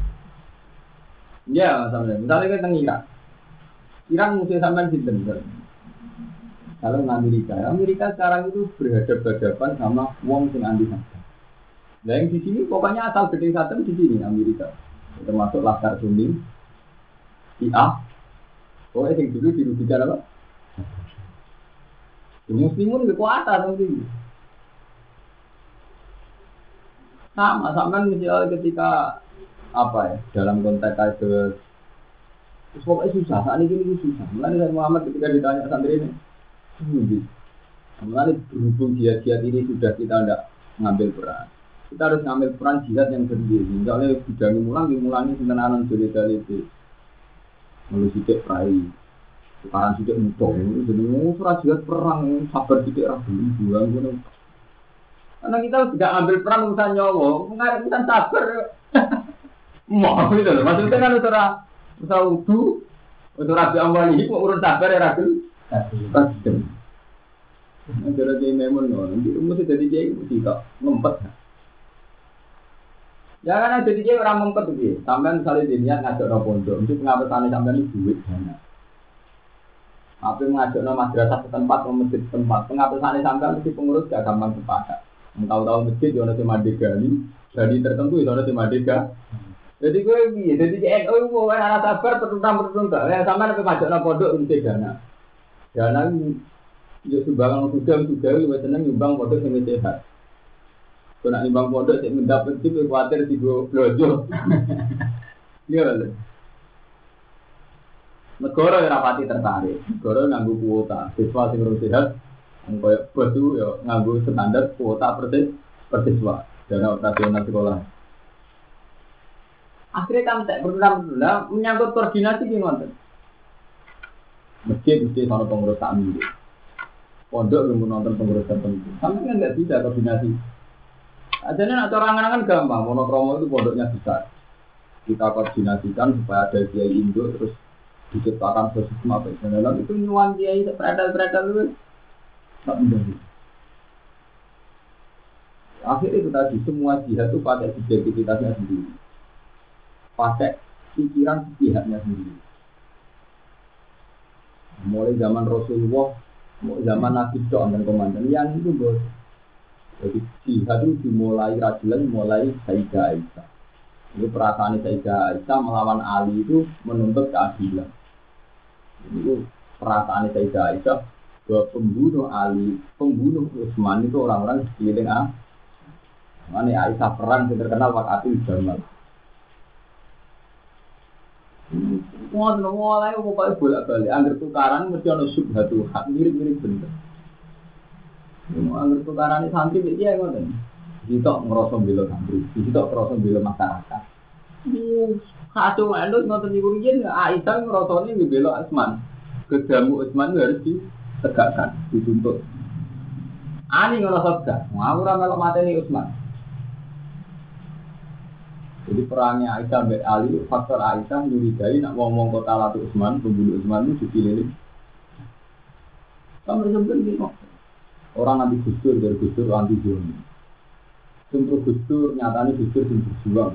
Ya, misalnya kita Irak. Irak musuh sampai di Denver. Kalau Amerika sekarang itu berhadapan sama wong yang anti Saddam. Nah yang di sini pokoknya asal gede Saddam di sini Amerika, termasuk Laskar Sunni, IA. Pokoknya yang dulu dirugikan apa? Muslimun kekuatan nanti. Sama misalnya ketika apa ya dalam konteks kasus. Terus pokoknya susah, saat ini susah. Mulai dari Muhammad ketika ditanya santri ini, mulai berhubung jihad ini sudah kita tidak mengambil peran. Kita harus ngambil peran jihad yang sendiri. Misalnya dimulangi sintenan dari itu. Lalu sidik perai, tukaran sidik mutok. Jadi surat jihad perang, sabar sidik ragu bulan pun. Karena kita tidak ambil peran urusan nyawa, urusan sabar. Mau itu loh, maksudnya kan usaha udu, usaha rabi awal ini urus sabar ya ragu. Ragu. Jadi memang nanti mesti jadi dia mesti tak ngempet. Jangan jadi dia orang ngempet gitu. Sampai misalnya dia ngajak no pondok, mesti pengawasannya sampai ini duit dana. Apa ngajak no madrasah setempat, masjid setempat, pengawasannya sampai mesti pengurus gak gampang sepakat. Tahu-tahu masjid di mana si Madega ini, jadi tertentu di mana si Madega. Jadi gue biar, jadi NU gue anak sabar pertentang ya sama nanti ngajak no pondok mesti dana. Dana ya sumbangan sudah lebih seneng nyumbang pondok yang sehat. Kalau nak nyumbang pondok yang mendapat itu khawatir di blojo. Iya lah. Negara yang rapati tertarik, negara nganggu kuota, siswa sing sehat, kayak batu ya nganggu standar kuota per siswa dana operasional sekolah. Akhirnya kan tak berulang menyangkut koordinasi gimana? Masjid sama pengurus kami. Pondok yang menonton pengurus tertentu. Kami kan nggak bisa koordinasi. Adanya nak cara angan-angan gampang. Monokromo itu pondoknya besar. Kita koordinasikan supaya ada kiai induk terus diciptakan sistem apa itu nyuan kiai beradal itu tak mudah. Akhir itu tadi semua jihad itu pakai subjektivitasnya sendiri, pakai pikiran pihaknya sendiri. Mulai zaman Rasulullah, zaman Nabi Doan dan komandan yang itu bos. Jadi jihad itu dimulai rajulan, mulai Sayyidah Aisyah. Jadi perasaan Sayyidah Aisyah melawan Ali itu menuntut keadilan. Itu perasaan Sayyidah Aisyah bahwa pembunuh Ali, pembunuh Utsman itu orang-orang di sekeliling Makanya Aisyah perang yang terkenal Waqatul Jamal. Mau mulai pokoknya bolak-balik. Angger tukaran mesti ada subhatul hak, mirip-mirip bener. Angger tukaran ini santri dia ngoten. Ditok ngerasa bela santri, ditok ngerasa bela masyarakat. Kacau endus ngoten niku riyen Aisyah ngrasane bela Utsman. Kedamu Utsman harus ditegakkan, dituntut. Ali ngerasa gak, mau ora melok mateni Utsman. Jadi perangnya Aisyah mbek Ali, faktor Aisyah nyurigai nak ngomong kota Latu Utsman, pembunuh Utsman itu dipilih. Kamu sampeyan iki kok. Orang anti Gusdur dari Gusdur anti Joni. Untuk Gusdur nyatanya Gusdur sing berjuang.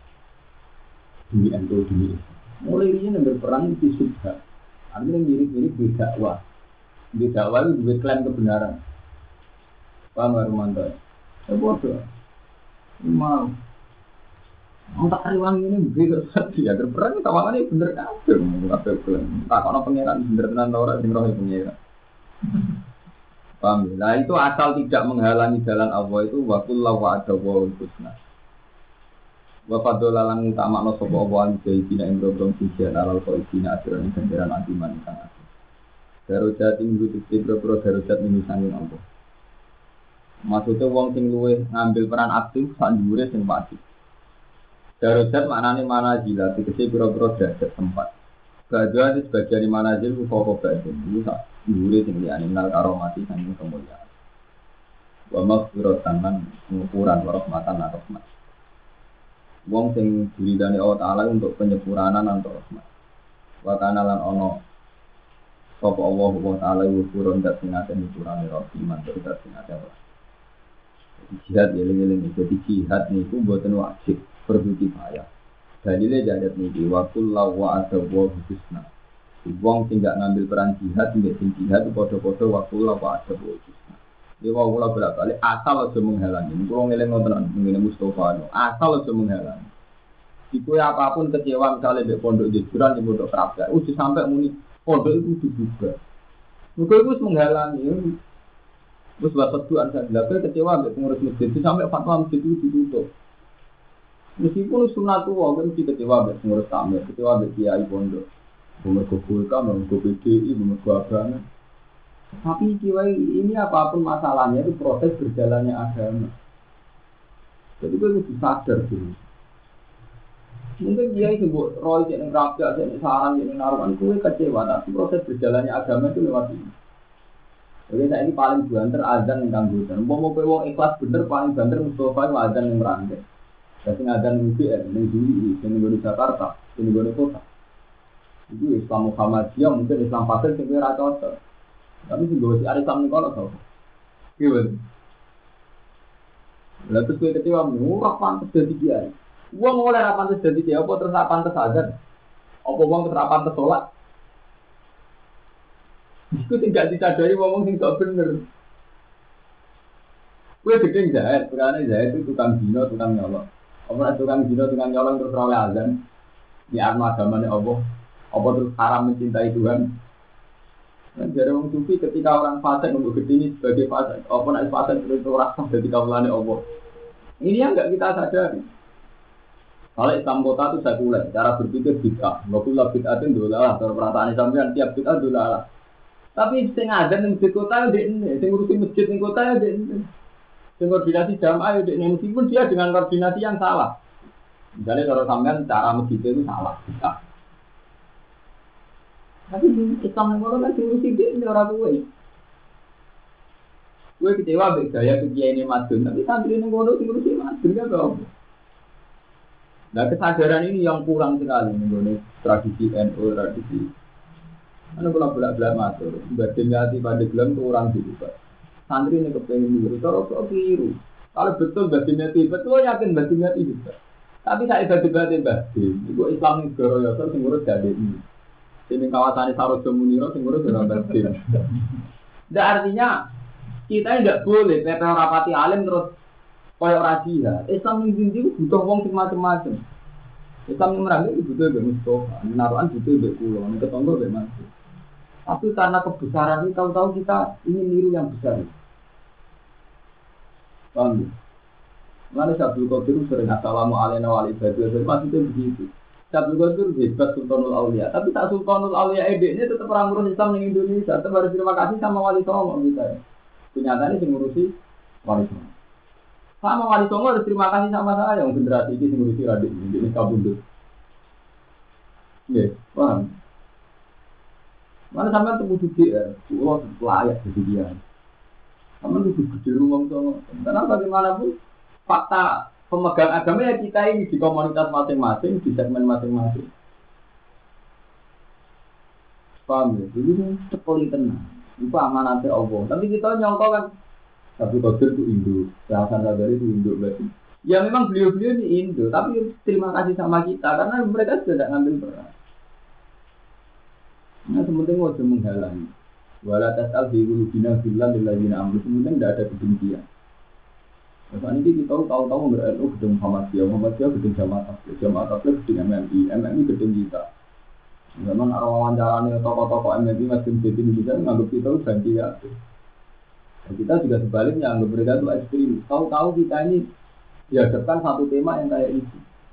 Demi NU demi. Mulai ini yang berperang di subhat. Artinya mirip-mirip di dakwah. Di dakwah itu duit klaim kebenaran. Paham gak Romanto? Bodoh. Mau. Tak riwang ini begitu saja. Berperang kita makannya bener kafir. Kafir klaim. Tak kalau pengiran bener tenan orang sing roh pengiran. Paham ya? Nah itu asal tidak menghalangi jalan Allah itu wakullahu wa'adawu husna. Wa fadolalan utamakna sapa Allah al-jaidina indrobong sijian alal qaidina ajaran ganjaran antiman kang ati. Darajat ing nututi pro darajat minisanging Allah. Maksudnya wong sing luwih ngambil peran aktif sak dhuwure sing wajib. Darajat maknane manazil, tegese pira-pira derajat tempat. Bagian sebagian manazil ku kok bagian iki sak dhuwure sing liyane nal karo mati saking kemuliaan. Wa maghfiratan lan pengukuran rahmatan rahmat. Wong sing diridani Allah Ta'ala untuk penyempurnaan untuk rahmat. Wa kana lan ana sapa Allah Ta'ala wufuron dat sing ate nyempurnane rahmat dat sing ate. Jihad eling-eling jadi jihad niku mboten wajib perlu kifayah. Dalile jadat niki wa kullu wa adawu husna. Wong sing gak ngambil peran jihad mbek sing jihad padha-padha wa kullu wa adawu husna. Dia mau kula bolak-balik asal aja menghalangi. Kulo ngeling wonten ngene Mustofa asal aja menghalangi. Iku apapun kecewa misalnya mbek pondok jejuran di pondok Praga, udah sampai muni pondok itu dibuka. Muga iku menghalangi. Wis wasat duan sadlape kecewa mbek pengurus masjid sampai fatwa masjid itu ditutup. Meskipun sunatullah kan kita kecewa mbek pengurus tamu, kecewa mbek kiai pondok. Mergo kulka, mergo PDI, mergo agama. Tapi kiai ini apapun masalahnya itu proses berjalannya agama. Jadi gue mesti sadar dulu. Mungkin dia itu buat roy jadi rakyat, jadi sarang, jadi naruhan gue kecewa. Tapi proses berjalannya agama itu lewat ini. Jadi saya ini paling banter azan yang gangguan. Mau wong ikhlas bener paling banter Mustafa itu azan yang merangkai. Jadi azan UGM, yang dulu di Jakarta, yang di kota. Itu Islam Muhammadiyah, mungkin Islam Pasir, yang cocok. Tapi sih gue si Islam ini kalau tau. Gimana? Lalu terus gue kecewa, murah pantas jadi dia. Uang oleh pantas jadi dia, apa terus pantas azan? Apa uang terus pantas sholat? Itu tidak disadari ngomong sing tak bener. Gue gedeng jahit, karena jahit itu tukang dino, tukang nyolong. Apa tukang dino, tukang nyolong terus oleh azan? Ini arma agamanya apa terus haram mencintai Tuhan? Dan dari orang sufi ketika orang fasik untuk gedeng sebagai fasik, apa nak fasik terus orang sah ketika ulane Allah. Ini yang enggak kita sadari. Kalau Islam kota itu sekuler, cara berpikir bid'ah. Wakullah bid'atin dolalah, cara perasaan Islam tiap bid'ah dolalah. Tapi sing azan ning kota ya ndek, sing ngurusi masjid ning kota ya ndek. Sing koordinasi jamaah ya ndek, meskipun dia dengan koordinasi yang salah. Misalnya kalau sampean cara masjid itu salah, bid'ah. Tapi Islam ning kota kan ngurusi ndek ora kuwe. Gue kecewa mbek gaya kiai ini madun, tapi santri ning kono sing ngurusi madun kan apa? Nah kesadaran ini yang kurang sekali mengenai tradisi NU, tradisi. Karena kalau bolak-balik matur, badannya hati pada gelang itu orang juga. Santri ini kepengen dulu, kalau keliru. Kalau betul badannya betul yakin badannya juga. Tapi saya batin itu Islam ini goroyoso, sing ngurus jadi ini. Ini kawasan Sarojo Muniro, sing ngurus jadi batin. Dan artinya kita tidak boleh PP rapati alim terus koyok rahasia. Islam ini butuh wong sing macam-macam. Islam yang merangkak itu butuh mbek Mustafa, naruhan butuh mbek kula, ketonggo mbek Mas. Tapi karena kebesaran ini tahu-tahu kita ingin niru yang besar. Paham ya? Mana Syabdul Qadir sering assalamualaikum warahmatullahi wabarakatuh. Maksudnya begitu. Syabdul Qadir hebat Sultanul Aulia, tapi tak Sultanul Aulia ini tetap orang ngurus Islam di Indonesia. Tetap harus terima kasih sama Wali Songo kita. Kenyataannya yang ngurusi Wali Songo. Sama Wali Songo harus terima kasih sama saya yang generasi ini ngurusi Radik ini kabundut. Iya, paham. Mana sampai temu di pulau layak jadi dia. Sama itu gede rumah Songo. Karena bagaimanapun fakta pemegang agama ya kita ini di komunitas masing-masing, di segmen masing-masing. Paham ya? Jadi sekali tenang. Itu amanatnya Allah. Tapi kita nyongko kan Tapi Qadir itu Indo, Hasan Sadari itu Indo berarti. Ya memang beliau-beliau ini Indo, tapi terima kasih sama kita karena mereka sudah tidak ngambil peran. Nah sementing wajah menghalangi. Wala tasal bi qulubina billah lil ladina amanu, sementing tidak ada kebencian. Nah ini kita tahu-tahu NU gedung Muhammadiyah gedung Jamaah Tabligh gedung MMI gedung kita. Zaman wawancarane tokoh-tokoh MMI masih jadi bisa nganggap kita ganti ya. Kita juga sebaliknya anggap mereka itu ekstrim. Tahu-tahu kita ini dihadapkan satu tema yang kayak itu.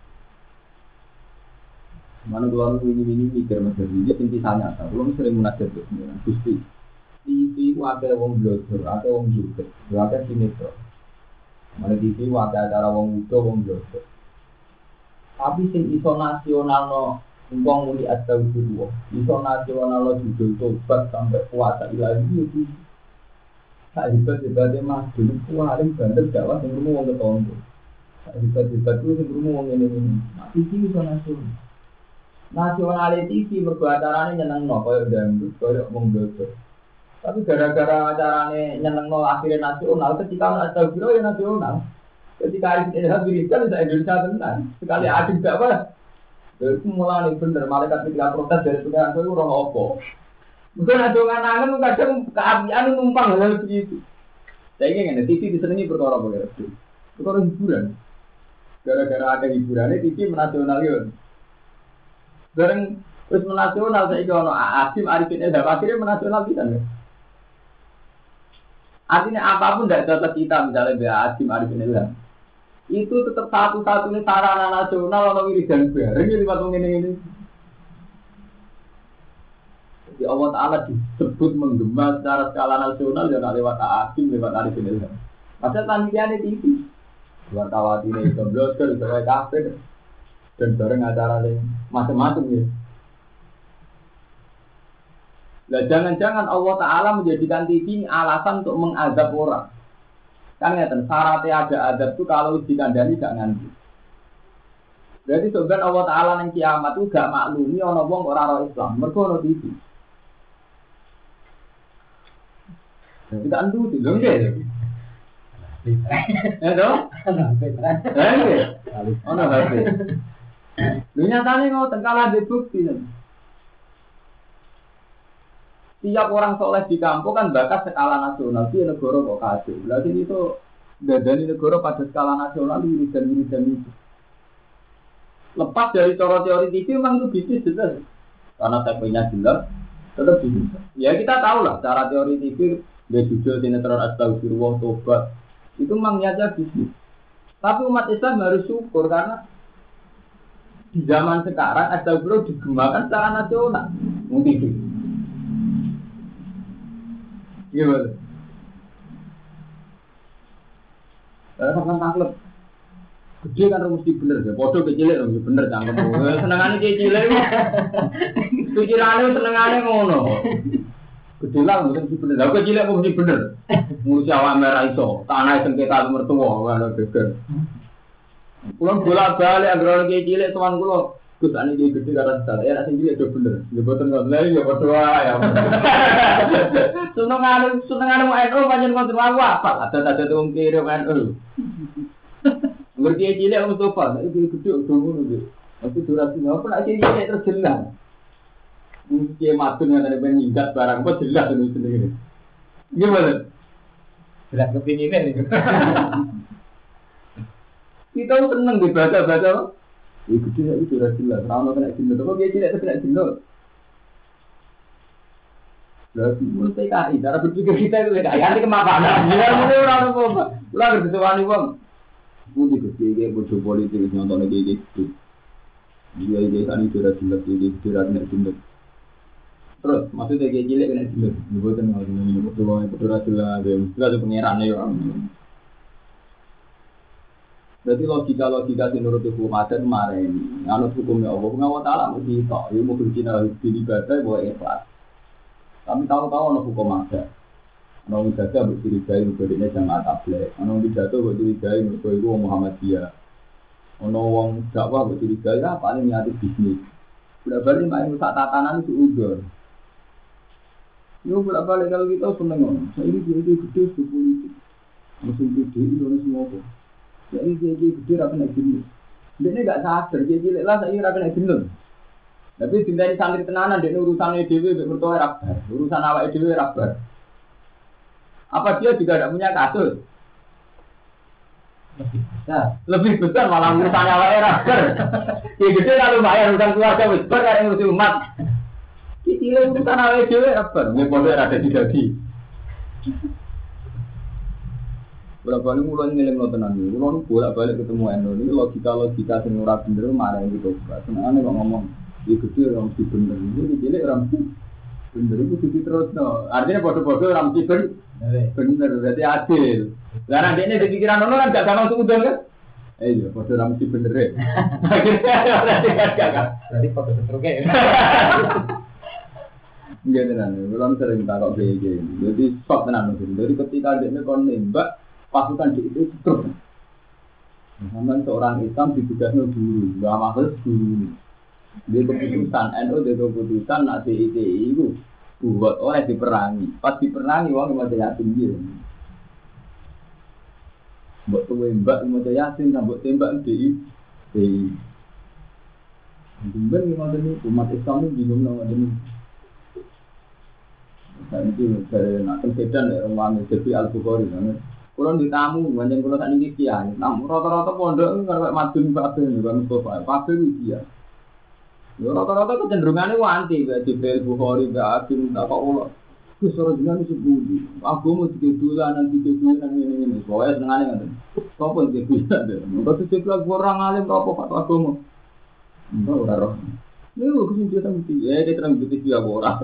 Mana keluar ini mikir macam ini, inti tanya. Belum sering munajat ke sini. Gusti, TV ada wong blogger, ada wong juga, ada sinetron. Mana TV ada acara wong muda, wong blogger. Tapi sing iso nasional no, wong muni ada dua. Iso nasional no judul tobat sampai puasa ilahi itu. Tak hebat-hebatnya mas, dulu paling bandel dakwah yang rumah orang ketonggo. Tak hebat-hebat itu yang rumah orang ini. Nah, TV itu nasional. Nasional TV berbuatannya nyeneng no, kaya dangdut, kaya menggoda. Tapi gara-gara acaranya nyeneng no akhirnya nasional, ketika ada biro ya nasional. Ketika ada birikan, bisa Indonesia tenang. Sekali adik dakwah, itu mulai bener, malaikat ketika protes dari sekarang itu orang opo. Mungkin ada angan-angan kadang keabian numpang hal begitu. Saya ingin TV disenangi perkara begitu. Perkara hiburan. Gara-gara ada hiburannya TV menasionalkan. Bareng terus menasional saya ingin Asim Arifin Ilham akhirnya menasional kita kan. Artinya apapun tidak cocok kita misalnya Asim Arifin Ilham. Itu tetap satu-satunya sarana nasional atau wiridan bareng ini waktu ini. Di Allah Ta'ala disebut menggema secara skala nasional dan lewat Asim, lewat Arifin Ilham. Padahal tandingannya TV. wartawan ini itu blogger itu kayak kafe dan bareng acara yang macam-macam ya. Nah jangan-jangan Allah Taala menjadikan TV ini alasan untuk mengadab orang. Kan ngeten syaratnya ada adab itu kalau dikandani gak nganti. Berarti sebenarnya Allah Taala yang kiamat itu gak maklumi orang wong orang Islam. Mereka orang TV. Jadi tak andu itu dong ya. Ya dong. Ono HP. Lu nyatane ngoten kalah di bukti. Tiap orang soleh di kampung kan bakat skala nasional, di negara kok kacau. Berarti itu dari negara pada skala nasional ini dan itu. Lepas dari teori TV memang itu bisnis jelas. Karena segmennya jelas, tetap bisnis. Ya kita tahu lah cara teori TV, dia jujur sinetron astagfirullah tobat itu memang niatnya bisnis. Tapi umat Islam harus syukur karena di zaman sekarang astagfirullah digemakan secara nasional. Mungkin. Gimana? Karena tangklep gede kan mesti bener ya, bodoh kecilnya mesti bener cangkem. Senengannya kecilnya, kecilnya senengannya ngono. Gede lah mesti bener, aku kecilnya mesti bener. Ngurusi awak merah iso, tanah sengketa mertua, mana geger. Pulang bola balik agar orang kecilnya tuan kulo. Gus ane iki gede karo sedal. Ya nek sing cilik do bener. Ya boten ngono lha ya padha wae ya. Senengane mau NU pancen kontrol aku apa? Ada wong kiri NU. Ngerti cilik wong topa, nek iki gede do ngono iki. Aku durasi apa nek cilik terus jelas. Mungkin madun yang ada peningkat barang apa jelas itu sendiri. Gimana? Jelas kepinginan itu. Kita seneng dibaca-baca. Iku dia itu sudah jelas. Rano kena jenuh. Kok dia tidak kena jenuh? Berarti menurut PKI, cara berpikir kita itu beda. Yang ini kemapanan. Jangan mulai orang apa. Ulah bersesuaian uang. Mungkin dia bodoh politik nonton dia gitu. Dia ini sudah jelas. Dia sudah kena jenuh. Terus maksudnya dia jelek kena jenuh. Bukan ngomong bodoh jelas. Dia itu pengerannya orang. Berarti logika di menurut hukum adat kemarin, anut hukumnya Allah Taala mesti tak, ya mau bercina di ibadah boleh ikhlas. Tapi tahu-tahu anut hukum adat, anut ibadah bercirigai berbeda jamaah tabligh, anut ibadah bercirigai berbeda Muhammadiyah, anut wong dakwah bercirigai apa paling niat bisnis. Sudah balik main rusak tatanan itu udah. Yo bolak balik kalau kita seneng, saya ini dia gede politik, musim gede Indonesia semua. Jadi dia gede rapi naik jenuh. Dia ni tak sadar, dia cilik lah saya rapi naik jenuh. Tapi cinta santri tenanan, dia urusan EDW bertuah rabar, urusan awak EDW rabar. Apa dia juga tidak punya kasus? Lebih besar malah urusan awak rabar. Dia gede kalau bayar urusan keluarga besar kan yang urusan umat. Cilik urusan awak EDW rabar, dia boleh ada jadi. Berapa ini mulai ngiling lo tenang nih, lo bolak balik ketemu Endo ini logika sing ora bener marah gitu. Senengane kok ngomong, di gede orang mesti bener, ini jelek orang bener itu jadi terus no. Artinya bodoh-bodoh orang mesti bener, berarti adil. Karena dia ini pikiran lo kan gak sama sudah kan? Iya, bodoh orang mesti bener ya. Berarti bodoh seterusnya. Iya tenan, belum sering takut kayak gini. Jadi stop tenan mungkin. Jadi ketika dia kon nembak pasukan di itu terus. Sampai seorang Islam ditugaskan guru, nggak maksud guru. Dia keputusan, NU dia keputusan nak DITI itu buat oleh diperangi. Pas diperangi uang masih yatim dia. Buat tembak masih yatim, buat tembak DITI. Bingung gimana ni umat Islam ni bingung nama ni. Dan itu dari nak tempedan orang jadi Al-Bukhari kan. Kalau di tamu, banyak kalau tak ingin kiai. Namun rata-rata pondok kalau madun pakai juga Mustafa, pakai dia. Ya rata-rata kecenderungannya wanti, kayak Jibril Bukhari, kayak Akim, tak apa. Kesuruh jenang sebudi. Aku mau 3 bulan, nanti 3 bulan ini. Pokoknya senengannya kan. Kau pun 3 bulan deh. Kalau 3 bulan orang alim, kau apa fatwa agama? Enggak orang roh. Ini aku sendiri sama dia. Dia terang betul dia orang.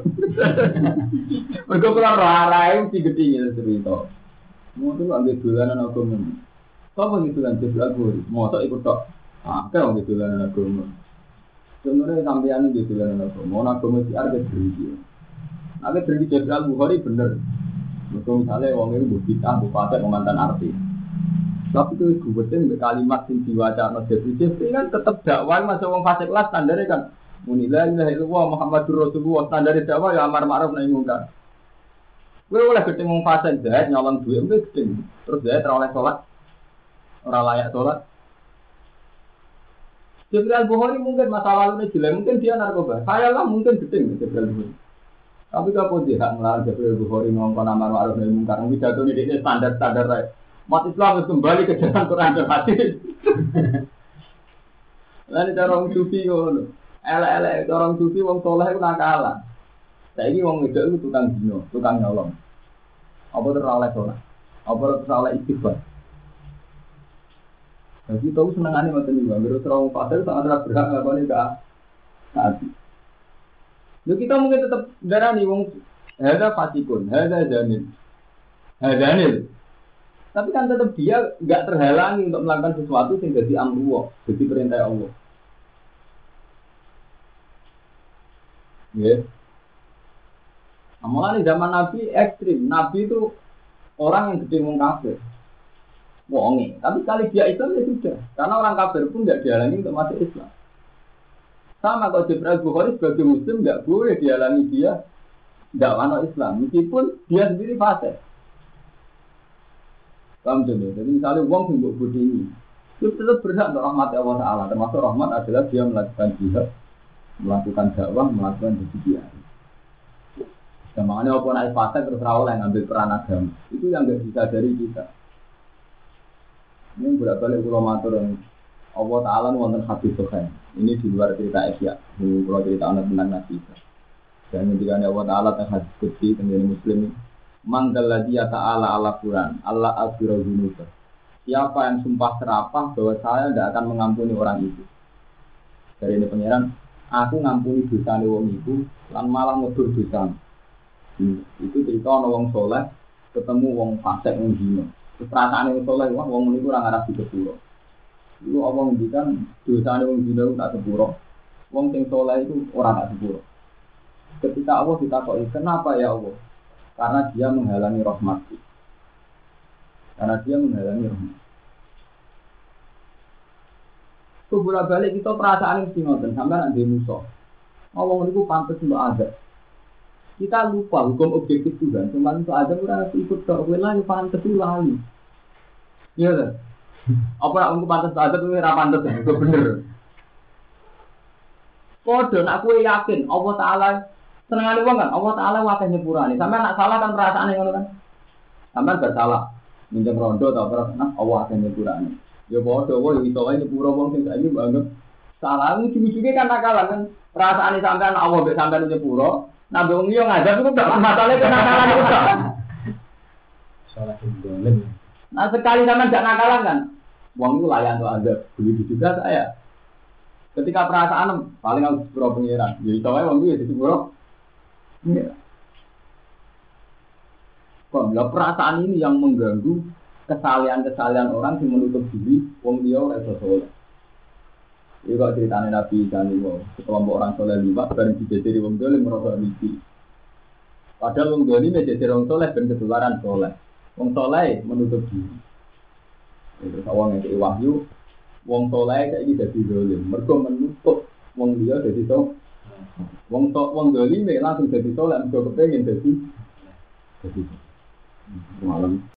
Mereka keluar arah itu gede cerita. Mau tu ambil bulanan agama. Sopo gitu lan Jibril Bukhari. Mosok ikut tok. Ah, kau gitu lan agama. Sebenarnya sampeyan gitu lan agama. Agama si arep berhenti. Ada berhenti Jibril Bukhari bener. Misalnya wong itu bukita, bupati, mantan artis. Tapi itu gubetin kalimat yang diwaca Mas Jibril kan tetap dakwah masa wong fasik lah standarnya kan. Munilah ilaha illallah Muhammadur Rasulullah standar dakwah ya amar ma'ruf nahi munkar. Kowe oleh gedhe wong fasik jahat nyolong duit mesti gedhe. Terus jahat ora oleh salat. Ora layak salat. Jibril Bukhari mungkin masa lalunya jelek, mungkin dia narkoba. Saya lah mungkin gedhe Jibril Bukhari. Tapi kalau dia ngelarang Jibril Bukhari ngomong amar ma'ruf nahi munkar, pidato ini standar-standar ae. Umat Islam harus kembali ke jalan Quran dan hadis. Lalu cara orang sufi ngono. Elek-elek orang sufi wong saleh iku nakalan. Saiki wong wedok iku tukang dino, tukang nyolong. Apa ora oleh salat? Apa ora oleh istighfar? Jadi tahu senengane ngoten niku, menurut orang fasik sangat berhak ngakoni hati. Yo kita mungkin tetap darani wong hadza fasikun, hadza janin. Hadanil. Tapi kan tetap dia nggak terhalangi untuk melakukan sesuatu yang jadi amruwa, jadi perintah Allah. Ya. Amalan di zaman Nabi ekstrim. Nabi itu orang yang gede wong kafir. Wonge. Tapi sekali dia Islam ya sudah. Karena orang kafir pun nggak dihalangi untuk masuk Islam. Sama kalau Jibril Bukhari sebagai Muslim nggak boleh dihalangi dia dakwah Islam, meskipun dia sendiri fasik. Paham tuh? Jadi misalnya uang untuk budi ini, itu tetap berhak untuk rahmat Allah Taala. Termasuk rahmat adalah dia melakukan jihad, melakukan dakwah, melakukan kejidian. Dan makanya walaupun naik fasik terus rawol yang ngambil peran agama, itu yang nggak bisa dari kita. Ini bolak-balik pulau matur yang Allah Taala wonten hadis sahih. Ini di luar cerita Isya, di luar cerita anak tentang Nabi. Dan ketika Allah Taala tentang hadis kutsi tentang Muslim, Mangdalladzi ta'ala ala Quran, Allah aghfiru dzunuba. Siapa yang sumpah serapah bahwa saya tidak akan mengampuni orang itu. Dari ini pangeran, aku ngampuni dosane wong itu, lan malah ngedur dosa. Itu cerita ana wong saleh ketemu wong fasik wong zina. Perasaane wong saleh wong niku ora ngarep disepuro. Iku apa ngendikan dosane wong zina tak sepuro. Wong sing saleh itu ora tak sepuro. Ketika Allah ditakoki, "Kenapa ya Allah?" Karena dia menghalangi rahmatku. Karena dia menghalangi rahmat. Bolak balik kita perasaan mesti ngoten sampai nak di musuh. Ngomong itu pantas untuk azab. Kita lupa hukum objektif Tuhan. Cuma untuk azab kita harus ikut ke Allah yang pantas itu lali. Iya kan? Apa nak untuk pantas azab itu tidak pantas itu bener. Kode aku yakin Allah Taala senengane wong kan Allah Taala wakil nyepurane. Sampai nak salah kan perasaane ngono kan. Sampai bersalah. Minjem rondo atau apa nah Allah wakil nyepurane. Ya padha wae iso wae nyepuro wong sing saiki banget. Salah ujug-ujuge kan nakalan kan. Perasaane sampean Allah mbek sampean nyepuro, nah wong liya ngajak iku gak masalah kenakalan itu kan. Salah dolen. Nah sekali sampean gak nakalan kan. Wong iku layak untuk azab. Begitu juga saya. Ketika perasaan paling harus sepuro pengiran. Ya iso wae wong iki disepuro. Iya. Kalau perasaan ini yang mengganggu kesalahan-kesalahan orang yang menutup diri, wong dia ora iso saleh. Iki kok ceritane Nabi Jani wae, sekelompok orang saleh liwat bareng dijejeri wong dolim merasa misi. Padahal wong dolim dijejeri wong saleh ben ketularan saleh. Wong saleh menutup diri. Terus awang ngeki wahyu, wong saleh saiki dadi dolim, mergo menutup wong dia dadi saleh. Wong dolim langsung dadi saleh, mergo kepengin dadi malam